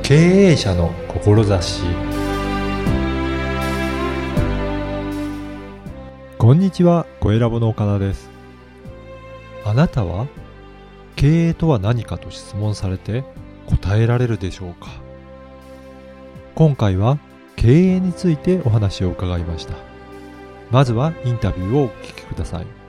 経営者の志。こんにちは、声ラボの岡田です。あなたは経営とは何かと質問されて答えられるでしょうか。今回は経営についてお話を伺いました。まずはインタビューをお聞きください。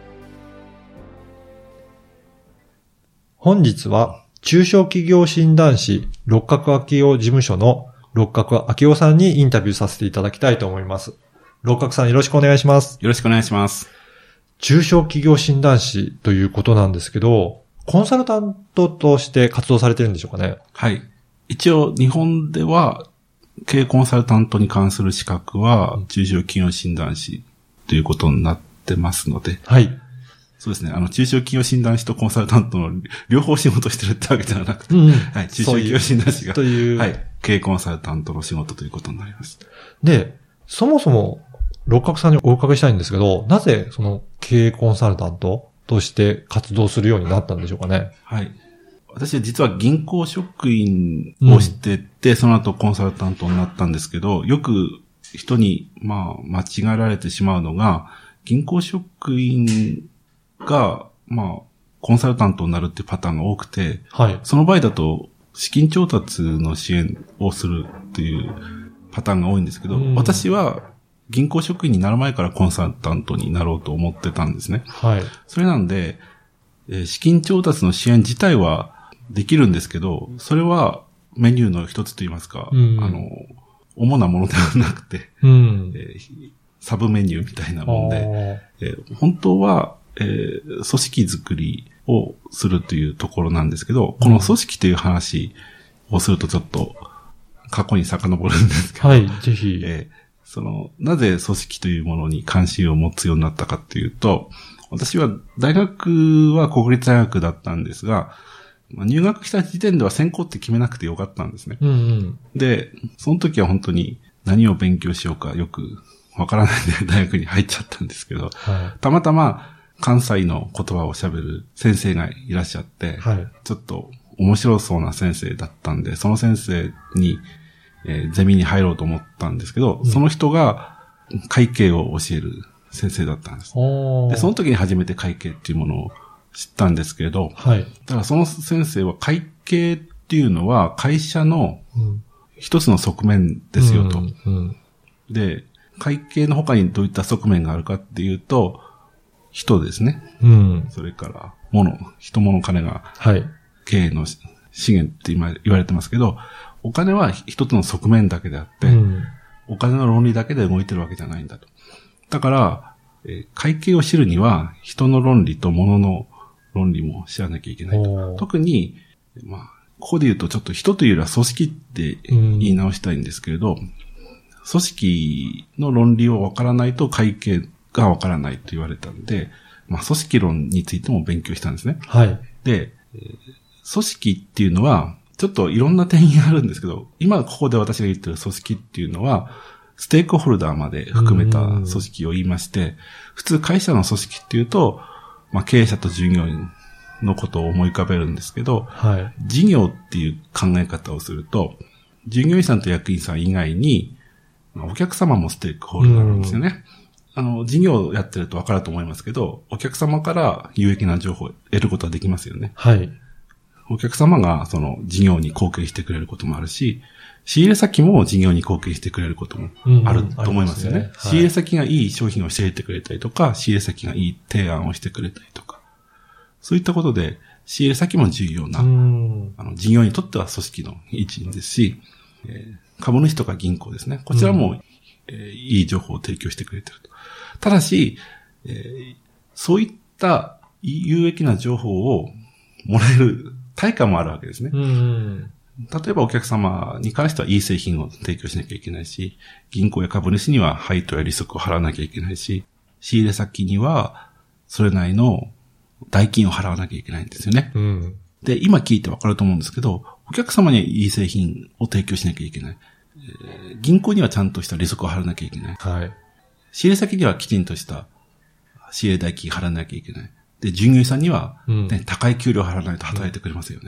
本日は中小企業診断士六角明夫事務所の六角明夫さんにインタビューさせていただきたいと思います。六角さん、よろしくお願いします。 よろしくお願いします。 中小企業診断士ということなんですけど、コンサルタントとして活動されてるんでしょうかね。 はい。一応日本では経営コンサルタントに関する資格は中小企業診断士ということになってますので。 はい。 そうですね。中小企業診断士とコンサルタントの両方仕事してるってわけではなくて、はい。中小企業診断士が、はい。経営コンサルタントの仕事ということになります。 で、そもそも六角さんにお伺いしたいんですけど、なぜその経営コンサルタントとして活動するようになったんでしょうかね。 はい。私は実は銀行職員をしてて、その後コンサルタントになったんですけど、よく人に、間違えられてしまうのが、銀行職員が、コンサルタントになるっていうパターンが多くて、 はい。 その場合だと、資金調達の支援をするっていうパターンが多いんですけど、私は銀行職員になる前からコンサルタントになろうと思ってたんですね。 はい。 それなんで、資金調達の支援自体はできるんですけど、それはメニューの一つといいますか、主なものではなくて、サブメニューみたいなもんで、本当は、組織作りをするというところなんですけど、この組織という話をするとちょっと過去に遡るんですけど、 はい、ぜひ。 なぜ組織というものに関心を持つようになったかっていうと、私は大学は国立大学だったんですが、入学した時点では専攻って決めなくてよかったんですね。で、その時は本当に何を勉強しようかよくわからないで大学に入っちゃったんですけど、たまたま関西の言葉を喋る先生がいらっしゃって、ちょっと面白そうな先生だったんで、その先生に、ゼミに入ろうと思ったんですけど、その人が会計を教える先生だったんです。で、その時に初めて会計っていうものを知ったんですけれど、だからその先生は会計っていうのは会社の一つの側面ですよと。で、会計の他にどういった側面があるかっていうと、人ですね。それから人物金が経営の資源って今言われてますけど、お金は一つの側面だけであって、お金の論理だけで動いてるわけじゃないんだと。だから、会計を知るには人の論理と物の論理も知らなきゃいけないと。特に、ここで言うとちょっと人というよりは組織って言い直したいんですけれど、組織の論理をわからないと会計がわからないと言われたんで、組織論についても勉強したんですね。で、組織っていうのは、ちょっといろんな定義があるんですけど、今ここで私が言ってる組織っていうのは、ステークホルダーまで含めた組織を言いまして、普通会社の組織っていうと、経営者と従業員のことを思い浮かべるんですけど、事業っていう考え方をすると、従業員さんと役員さん以外に、お客様もステークホルダーなんですよね。事業をやってると分かると思いますけど、お客様から有益な情報を得ることはできますよね。お客様がその事業に貢献してくれることもあるし、仕入れ先も事業に貢献してくれることもあると思いますよね。仕入れ先がいい商品を仕入れてくれたりとか、仕入れ先がいい提案をしてくれたりとか、そういったことで仕入れ先も重要な、事業にとっては組織の一員ですし、株主とか銀行ですね。こちらも、いい情報を提供してくれていると。ただし、そういった有益な情報をもらえる対価もあるわけですね。例えばお客様に関してはいい製品を提供しなきゃいけないし、銀行や株主には配当や利息を払わなきゃいけないし、仕入れ先にはそれなりの代金を払わなきゃいけないんですよね。で、今聞いてわかると思うんですけど、お客様にはいい製品を提供しなきゃいけない。銀行にはちゃんとした利息を払わなきゃいけない。仕入れ先にはきちんとした仕入れ代金払わなきゃいけない。で、従業員さんには、高い給料を払わないと働いてくれますよね。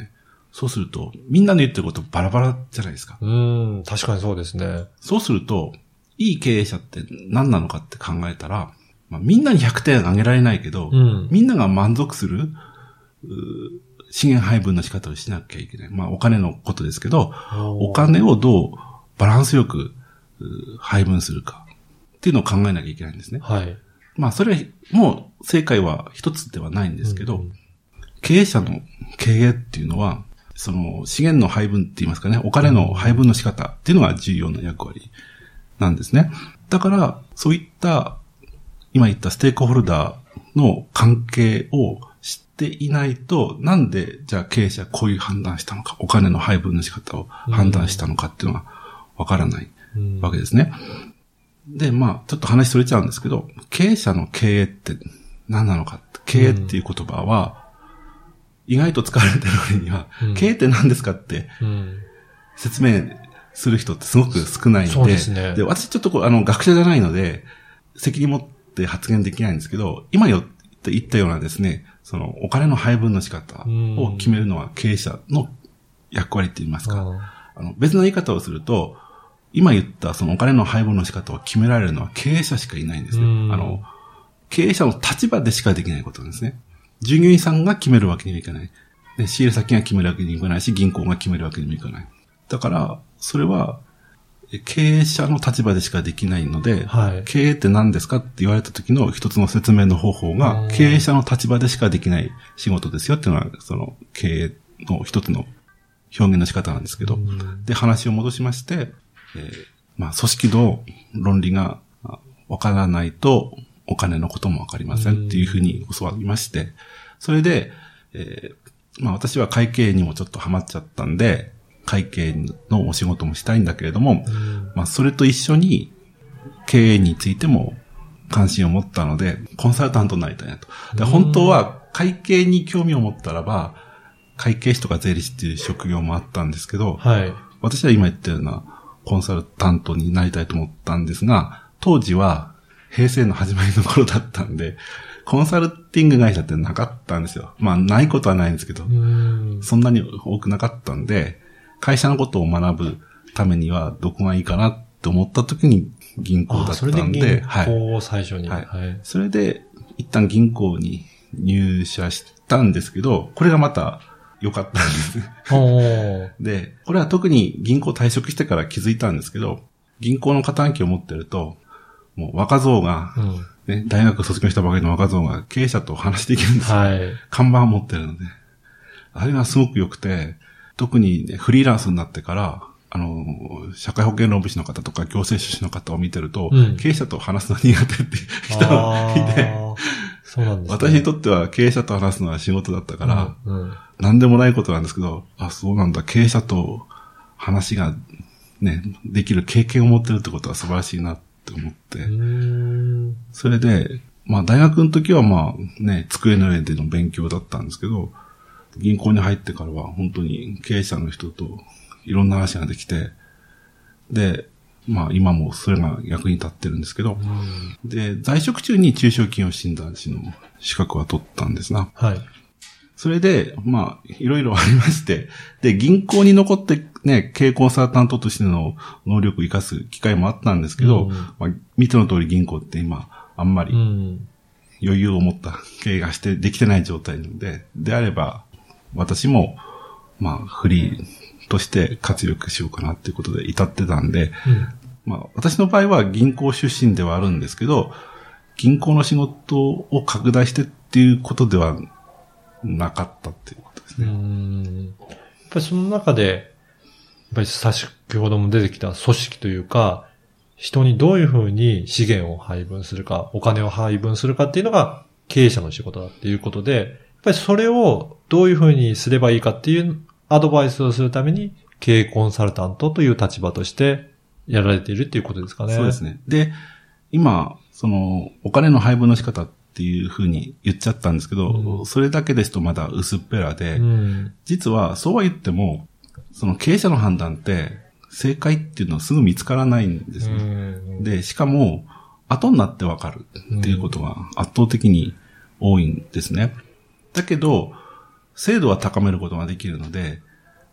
そうすると、みんなの言ってることバラバラじゃないですか。 確かにそうですね。 そうすると、いい経営者って何なのかって考えたら、みんなに100点あげられないけど、みんなが満足する、資源配分の仕方をしなきゃいけない。お金のことですけど、お金をどうバランスよく配分するかっていうのを考えなきゃいけないんですね。 はい。 それはもう正解は一つではないんですけど、経営者の経営っていうのは、その資源の配分って言いますかね、お金の配分の仕方っていうのが重要な役割なんですね。だから、そういった、今言ったステークホルダーの関係を知っていないと、なんで、じゃあ経営者こういう判断したのか、お金の配分の仕方を判断したのかっていうのがわからないわけですね。で、ちょっと話それちゃうんですけど、経営者の経営って何なのか、経営っていう言葉は、意外と使われてる割には、経営って何ですかって、説明する人ってすごく少ないんで、 そうですね。 で、私ちょっと学者じゃないので、責任持って発言できないんですけど、今言ったようなですね、そのお金の配分の仕方を決めるのは経営者の役割って言いますか。別の言い方をすると、今言ったそのお金の配分の仕方を決められるのは経営者しかいないんですね。経営者の立場でしかできないことなんですね。従業員さんが決めるわけにはいかない。で、仕入れ先が決めるわけにはいかないし、銀行が決めるわけにもいかない。だから、それは、経営者の立場でしかできないので、経営って何ですかって言われた時の一つの説明の方法が、経営者の立場でしかできない仕事ですよっていうのは、その経営の一つの表現の仕方なんですけど、で、話を戻しまして、組織の論理がわからないと、お金のこともわかりませんっていうふうに教わりまして、それで、私は会計にもちょっとハマっちゃったんで、会計のお仕事もしたいんだけれども、それと一緒に経営についても関心を持ったので、コンサルタントになりたいなと。で、本当は会計に興味を持ったらば、会計士とか税理士っていう職業もあったんですけど、私は今言ったようなコンサルタントになりたいと思ったんですが、当時は平成の始まりの頃だったんで、コンサルティング会社ってなかったんですよ。ないことはないんですけど、そんなに多くなかったんで、会社のことを学ぶためにはどこがいいかなって思った時に銀行だったんで、 それで銀行を最初に。 それで一旦銀行に入社したんですけど、これがまた良かったんです。で、これは特に銀行退職してから気づいたんですけど、銀行の肩書きを持ってると、もう若造が、大学卒業したばかりの若造が経営者と話していけるんですよ。看板を持ってるので。あれがすごく良くて、特に、フリーランスになってから、社会保険労務士の方とか行政書士の方を見てると、経営者と話すの苦手って人がいて、 そうなんですね、 私にとっては経営者と話すのは仕事だったから、何でもないことなんですけど、そうなんだ、経営者と話がね、できる経験を持ってるってことは素晴らしいなって思って、それで、大学の時は机の上での勉強だったんですけど、銀行に入ってからは本当に経営者の人といろんな話ができて、で、今もそれが役に立ってるんですけど、で、在職中に中小企業診断士の資格は取ったんですが、それで、いろいろありまして、で、銀行に残ってね、経営コンサルタントとしての能力を活かす機会もあったんですけど、見ての通り銀行って今、あんまり余裕を持った経営ができてない状態なので、であれば、私も、フリーとして活躍しようかなっていうことで至ってたんで、私の場合は銀行出身ではあるんですけど、銀行の仕事を拡大してっていうことではなかったっていうことですね。 やっぱりその中で、やっぱり先ほども出てきた組織というか、人にどういうふうに資源を配分するか、お金を配分するかっていうのが経営者の仕事だっていうことで、やっぱりそれをどういうふうにすればいいかっていうアドバイスをするために、経営コンサルタントという立場としてやられているっていうことですかね。 そうですね。で、今、お金の配分の仕方っていうふうに言っちゃったんですけど、それだけですとまだ薄っぺらで、実はそうは言っても、その経営者の判断って正解っていうのはすぐ見つからないんですね。で、しかも後になってわかるっていうことが圧倒的に多いんですね。だけど、精度は高めることができるので、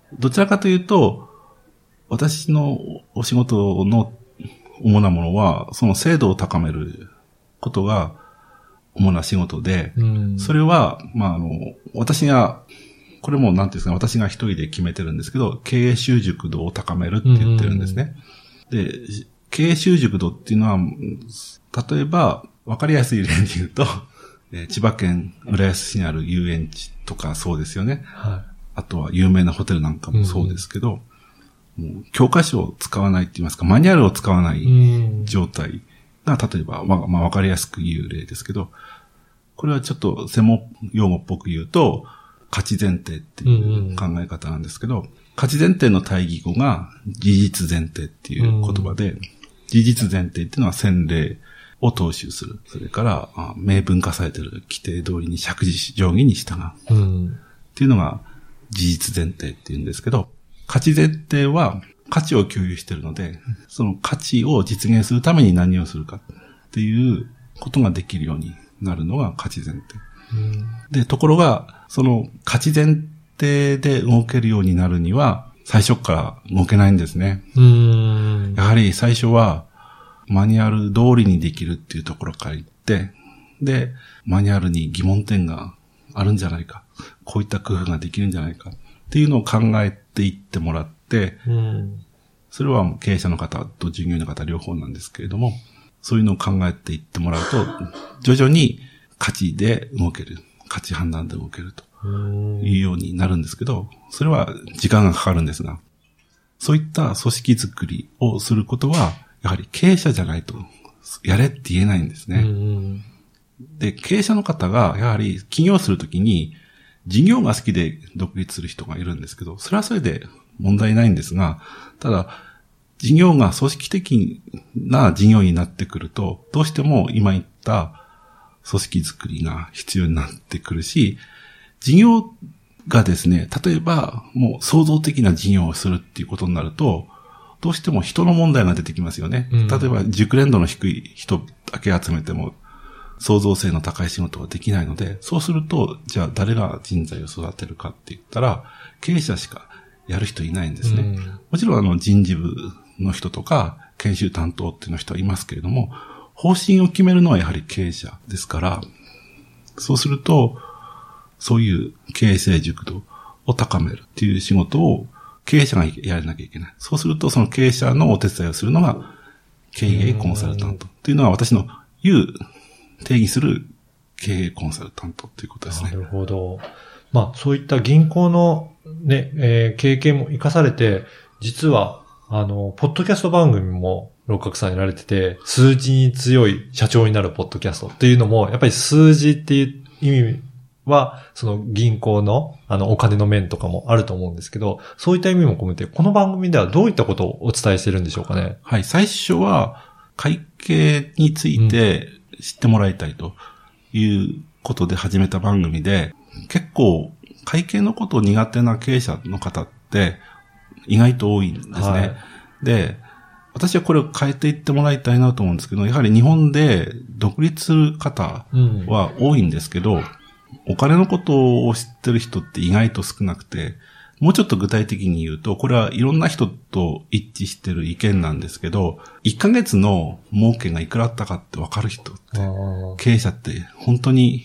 どちらかというと、私のお仕事の主なものは、その精度を高めることが主な仕事で、それは、私が、これもなんていうんですか、私が一人で決めてるんですけど、経営習熟度を高めるって言ってるんですね。で、経営習熟度っていうのは、例えば、わかりやすい例で言うと、千葉県浦安市にある遊園地とかそうですよね。はい、あとは有名なホテルなんかもそうですけど、もう教科書を使わないって言いますか、マニュアルを使わない状態が、例えば、わかりやすく言う例ですけど、これはちょっと専門用語っぽく言うと、価値前提っていう考え方なんですけど、価値前提の対義語が事実前提っていう言葉で、事実前提っていうのは先例を踏襲する。それから、明文化されている規定通りに釈辞定規に従う。っていうのが事実前提っていうんですけど、価値前提は価値を共有しているので、その価値を実現するために何をするかっていうことができるようになるのが価値前提。で、ところが、その価値前提で動けるようになるには、最初から動けないんですね。やはり最初は、マニュアル通りにできるっていうところから言って、で、マニュアルに疑問点があるんじゃないか。こういった工夫ができるんじゃないか。っていうのを考えていってもらって、それは経営者の方と従業員の方両方なんですけれども、そういうのを考えていってもらうと、徐々に価値で動ける。価値判断で動けるというようになるんですけど、それは時間がかかるんですが、そういった組織づくりをすることは、やはり経営者じゃないと、やれって言えないんですね。で、経営者の方が、やはり起業するときに、事業が好きで独立する人がいるんですけど、それはそれで問題ないんですが、ただ、事業が組織的な事業になってくると、どうしても今言った組織づくりが必要になってくるし、事業がですね、例えばもう創造的な事業をするっていうことになると、どうしても人の問題が出てきますよね。例えば熟練度の低い人だけ集めても創造性の高い仕事はできないので、そうすると、じゃあ誰が人材を育てるかって言ったら、経営者しかやる人いないんですね。もちろん人事部の人とか研修担当っていうの人はいますけれども、方針を決めるのはやはり経営者ですから、そうすると、そういう経営成熟度を高めるっていう仕事を経営者がやらなきゃいけない。そうすると、その経営者のお手伝いをするのが経営コンサルタントっていうのは私の定義する経営コンサルタントっていうことですね。 なるほど。そういった銀行のね、経験も活かされて、実は、ポッドキャスト番組も六角さんやられてて、数字に強い社長になるポッドキャストっていうのも、やっぱり数字っていう意味は、その銀行の、お金の面とかもあると思うんですけど、そういった意味も込めて、この番組ではどういったことをお伝えしてるんでしょうかね。 はい、最初は、会計について知ってもらいたいということで始めた番組で、結構、会計のことを苦手な経営者の方って、意外と多いんですね。はい、で、私はこれを変えていってもらいたいなと思うんですけど、やはり日本で独立する方は多いんですけど、お金のことを知ってる人って意外と少なくて、もうちょっと具体的に言うと、これはいろんな人と一致してる意見なんですけど、1ヶ月の儲けがいくらあったかって分かる人って、経営者って本当に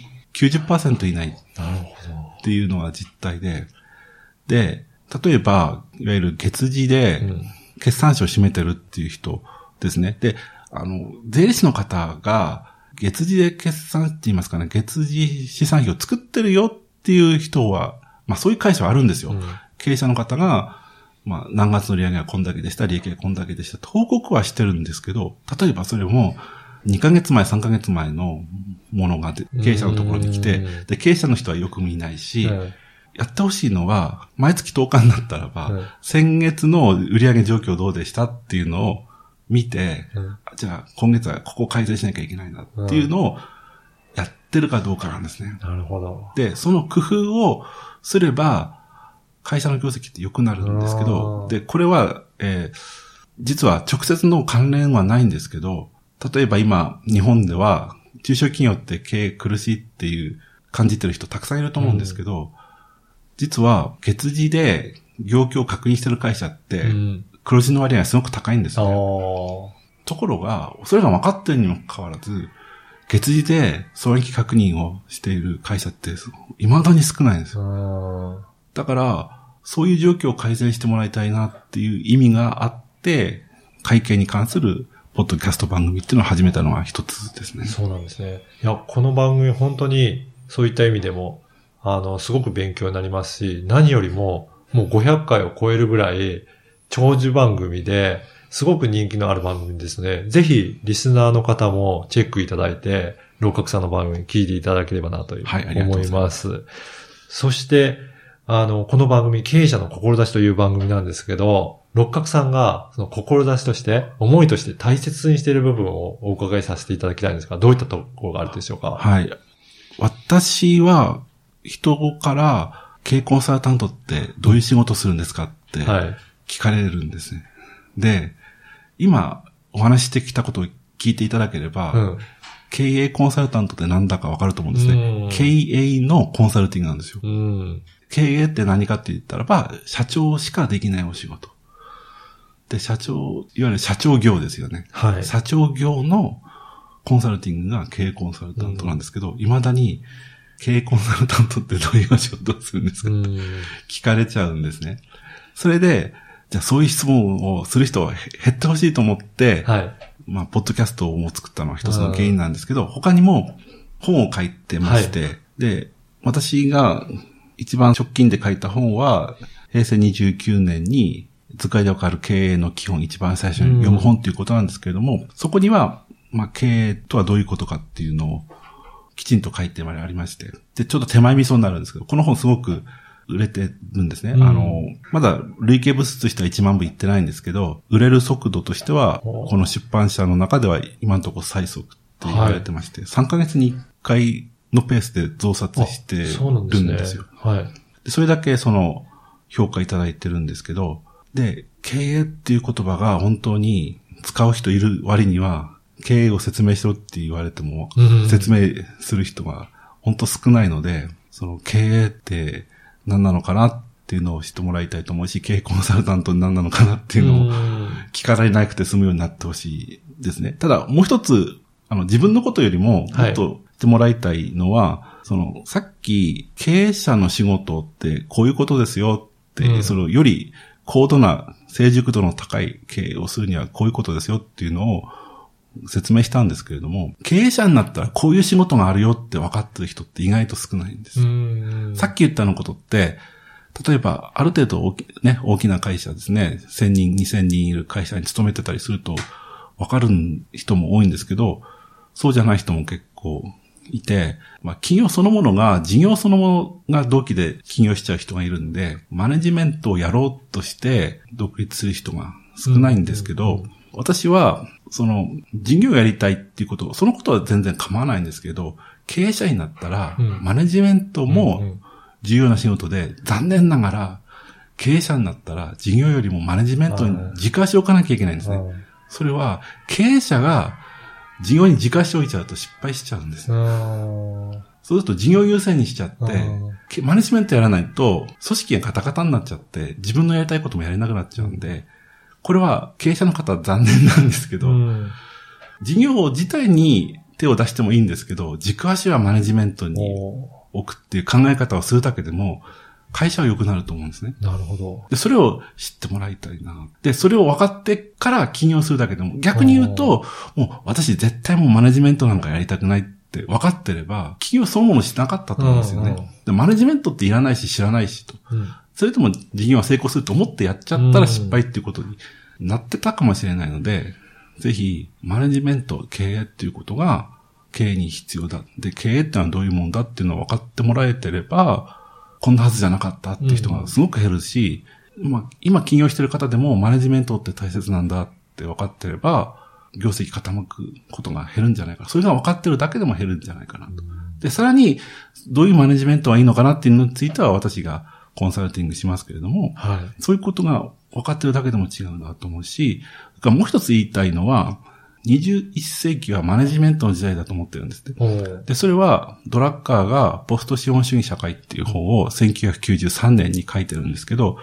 90% いないっていうのが実態で、で、例えば、いわゆる月次で決算書を占めてるっていう人ですね。で、税理士の方が月次で決算って言いますかね、月次資産表を作ってるよっていう人は、そういう会社はあるんですよ。経営者の方が、何月の売上がこんだけでした、利益がこんだけでした、報告はしてるんですけど、例えばそれも2ヶ月前、3ヶ月前のものが経営者のところに来て、で、経営者の人はよく見ないし、やってほしいのは、毎月10日になったらば、先月の売上状況どうでしたっていうのを見て、じゃあ今月はここを改善しなきゃいけないなっていうのをやってるかどうかなんですね。 なるほど。 で、その工夫をすれば、会社の業績って良くなるんですけど、で、これは、実は直接の関連はないんですけど、例えば今、日本では、中小企業って経営苦しいっていう感じてる人たくさんいると思うんですけど、実は月次で業況を確認してる会社って、黒字の割合がすごく高いんですね。ところが、それが分かってるにもかかわらず、月次で損益確認をしている会社って、未だに少ないんですよ。だから、そういう状況を改善してもらいたいなっていう意味があって、会計に関するポッドキャスト番組っていうのを始めたのが一つですね。 そうなんですね。いや、この番組本当にそういった意味でも、すごく勉強になりますし、何よりも、もう500回を超えるぐらい、長寿番組で、すごく人気のある番組ですね。ぜひ、リスナーの方もチェックいただいて、六角さんの番組聞いていただければなという思います。そして、この番組、経営者の志という番組なんですけど、六角さんが、その志として、思いとして大切にしている部分をお伺いさせていただきたいんですが、どういったところがあるでしょうか？ はい。私は、人から経営コンサルタントってどういう仕事するんですかって聞かれるんですね。で、今お話してきたことを聞いていただければ、経営コンサルタントって何だかわかると思うんですね。経営のコンサルティングなんですよ。経営って何かって言ったらば、社長しかできないお仕事。で、いわゆる社長業ですよね。はい。社長業のコンサルティングが経営コンサルタントなんですけど、未だに経営コンサルタントってどういう仕事をするんですかって聞かれちゃうんですね。それで、じゃあそういう質問をする人は減ってほしいと思って、はい。まあ、ポッドキャストを作ったのは一つの原因なんですけど、他にも本を書いてまして、はい、で、私が一番直近で書いた本は、平成29年に図解でわかる経営の基本一番最初に読む本っていうことなんですけれども、そこには、まあ、経営とはどういうことかっていうのをきちんと書いてまでありまして、で、ちょっと手前味噌になるんですけど、この本すごく売れてるんですね。まだ累計部数としては1万部いってないんですけど、売れる速度としては、この出版社の中では今のところ最速って言われてまして、3ヶ月に1回のペースで増刷してるんですよ。はい。でそれだけ評価いただいてるんですけど、で、経営っていう言葉が本当に使う人いる割には、経営を説明しろって言われても、説明する人が本当少ないので、その経営って何なのかなっていうのを知ってもらいたいと思うし、経営コンサルタント何なのかなっていうのを聞かれなくて済むようになってほしいですね。ただもう一つ、自分のことよりももっとしてもらいたいのは、さっき経営者の仕事ってこういうことですよって、より高度な成熟度の高い経営をするにはこういうことですよっていうのを説明したんですけれども、経営者になったらこういう仕事があるよって分かってる人って意外と少ないんです。さっき言ったのことって、例えばある程度大きな会社ですね、1000人、2000人いる会社に勤めてたりすると分かる人も多いんですけど、そうじゃない人も結構いて、まあ企業そのものが、事業そのものが同期で起業しちゃう人がいるんで、マネジメントをやろうとして独立する人が少ないんですけど、私は、事業をやりたいっていうこと、そのことは全然構わないんですけど、経営者になったら、マネジメントも重要な仕事で、残念ながら、経営者になったら、事業よりもマネジメントに軸足を置かなきゃいけないんですね。それは、経営者が事業に軸足を置いちゃうと失敗しちゃうんです。そうすると事業優先にしちゃって、マネジメントやらないと、組織がカタカタになっちゃって、自分のやりたいこともやれなくなっちゃうんで、これは経営者の方は残念なんですけど、事業自体に手を出してもいいんですけど、軸足はマネジメントに置くっていう考え方をするだけでも、会社は良くなると思うんですね。 なるほど。 で、それを知ってもらいたいな。で、それを分かってから起業するだけでも、逆に言うと、もう私絶対もうマネジメントなんかやりたくないって分かってれば、起業そのものしなかったと思うんですよね。でマネジメントっていらないし知らないしと。それとも事業は成功すると思ってやっちゃったら失敗っていうことになってたかもしれないので、ぜひ、マネジメント、経営っていうことが経営に必要だ。で、経営ってのはどういうもんだっていうのを分かってもらえてれば、こんなはずじゃなかったっていう人がすごく減るし、まあ、今起業してる方でもマネジメントって大切なんだって分かってれば、業績傾くことが減るんじゃないかな。それが分かってるだけでも減るんじゃないかなと。で、さらに、どういうマネジメントはいいのかなっていうのについては私がコンサルティングしますけれども、そういうことが分かってるだけでも違うなと思うし、もう一つ言いたいのは、21世紀はマネジメントの時代だと思ってるんですね。で、それはドラッカーがポスト資本主義社会っていう本を1993年に書いてるんですけど、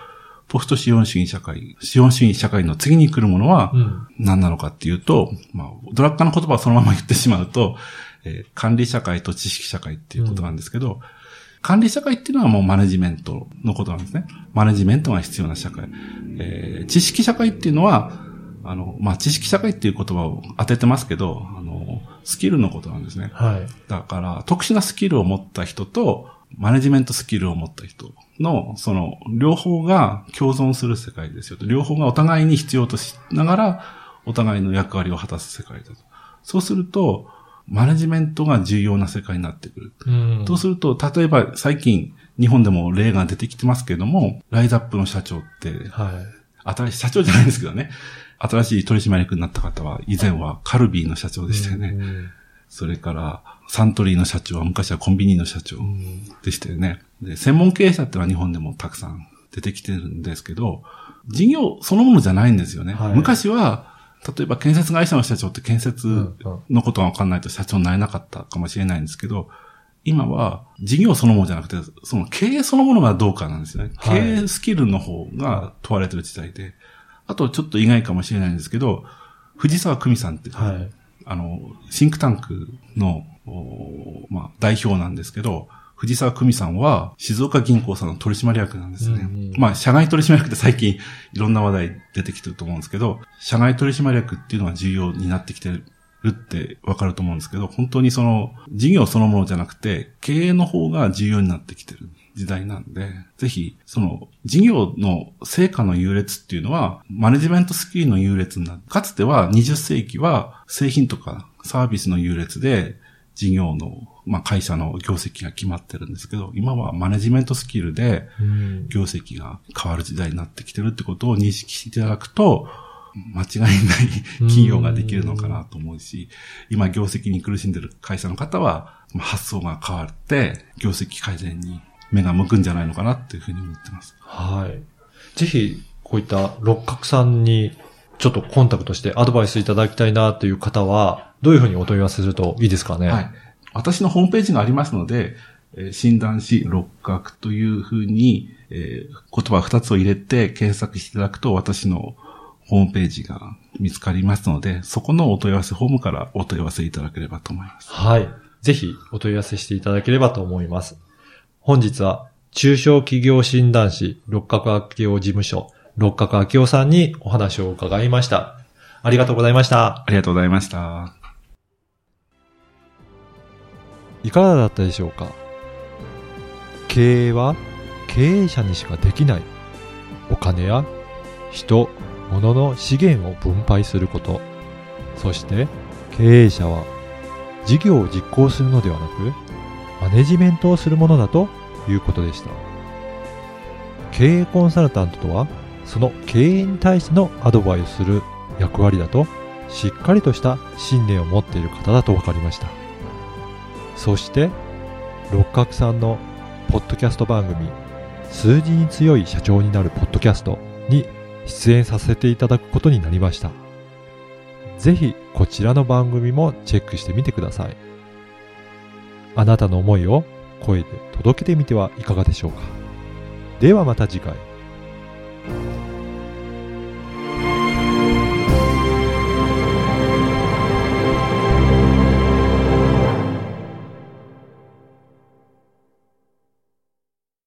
ポスト資本主義社会、資本主義社会の次に来るものは何なのかっていうと、ドラッカーの言葉をそのまま言ってしまうと、管理社会と知識社会っていうことなんですけど、管理社会っていうのはもうマネジメントのことなんですね。マネジメントが必要な社会。知識社会っていうのは、知識社会っていう言葉を当ててますけど、スキルのことなんですね。 はい。 だから、特殊なスキルを持った人と、マネジメントスキルを持った人の、両方が共存する世界ですよと。両方がお互いに必要としながら、お互いの役割を果たす世界だと。そうすると、マネジメントが重要な世界になってくる。そうすると、例えば最近、日本でも例が出てきてますけれども、ライザップの社長って、新しい社長じゃないんですけどね、新しい取締役になった方は、以前はカルビーの社長でしたよね。それから、サントリーの社長は昔はコンビニの社長でしたよね。で、専門経営者ってのは日本でもたくさん出てきてるんですけど、事業そのものじゃないんですよね。昔は、例えば建設会社の社長って建設のことがわかんないと社長になれなかったかもしれないんですけど、今は事業そのものじゃなくて、その経営そのものがどうかなんですよね。経営スキルの方が問われてる時代で、あとちょっと意外かもしれないんですけど、藤沢久美さんって、シンクタンクの、代表なんですけど、藤沢久美さんは静岡銀行さんの取締役なんですね。社外取締役って最近いろんな話題出てきてると思うんですけど、社外取締役っていうのは重要になってきてるってわかると思うんですけど、本当に事業そのものじゃなくて、経営の方が重要になってきてる時代なんで、ぜひ、事業の成果の優劣っていうのは、マネジメントスキルの優劣になる。かつては20世紀は製品とかサービスの優劣で、事業の、会社の業績が決まってるんですけど、今はマネジメントスキルで、業績が変わる時代になってきてるってことを認識していただくと、間違いない企業ができるのかなと思うし、今業績に苦しんでる会社の方は、発想が変わって、業績改善に目が向くんじゃないのかなっていうふうに思ってます。 はい。ぜひ、こういった六角さんに、ちょっとコンタクトしてアドバイスいただきたいなという方は、どういうふうにお問い合わせするといいですかね。 はい。私のホームページがありますので、診断士六角というふうに、言葉2つを入れて検索していただくと私のホームページが見つかりますので、そこのお問い合わせフォームからお問い合わせいただければと思います。 はい。ぜひお問い合わせしていただければと思います。本日は中小企業診断士六角明夫事務所六角明夫さんにお話を伺いました。ありがとうございました。 ありがとうございました。 いかがだったでしょうか。経営は経営者にしかできないお金や人、物の資源を分配すること、そして経営者は事業を実行するのではなくマネジメントをするものだということでした。経営コンサルタントとはその経営に対してのアドバイスする役割だとしっかりとした信念を持っている方だと分かりました。そして六角さんのポッドキャスト番組数字に強い社長になるポッドキャストに出演させていただくことになりました。ぜひこちらの番組もチェックしてみてください。あなたの思いを声で届けてみてはいかがでしょうか。ではまた次回。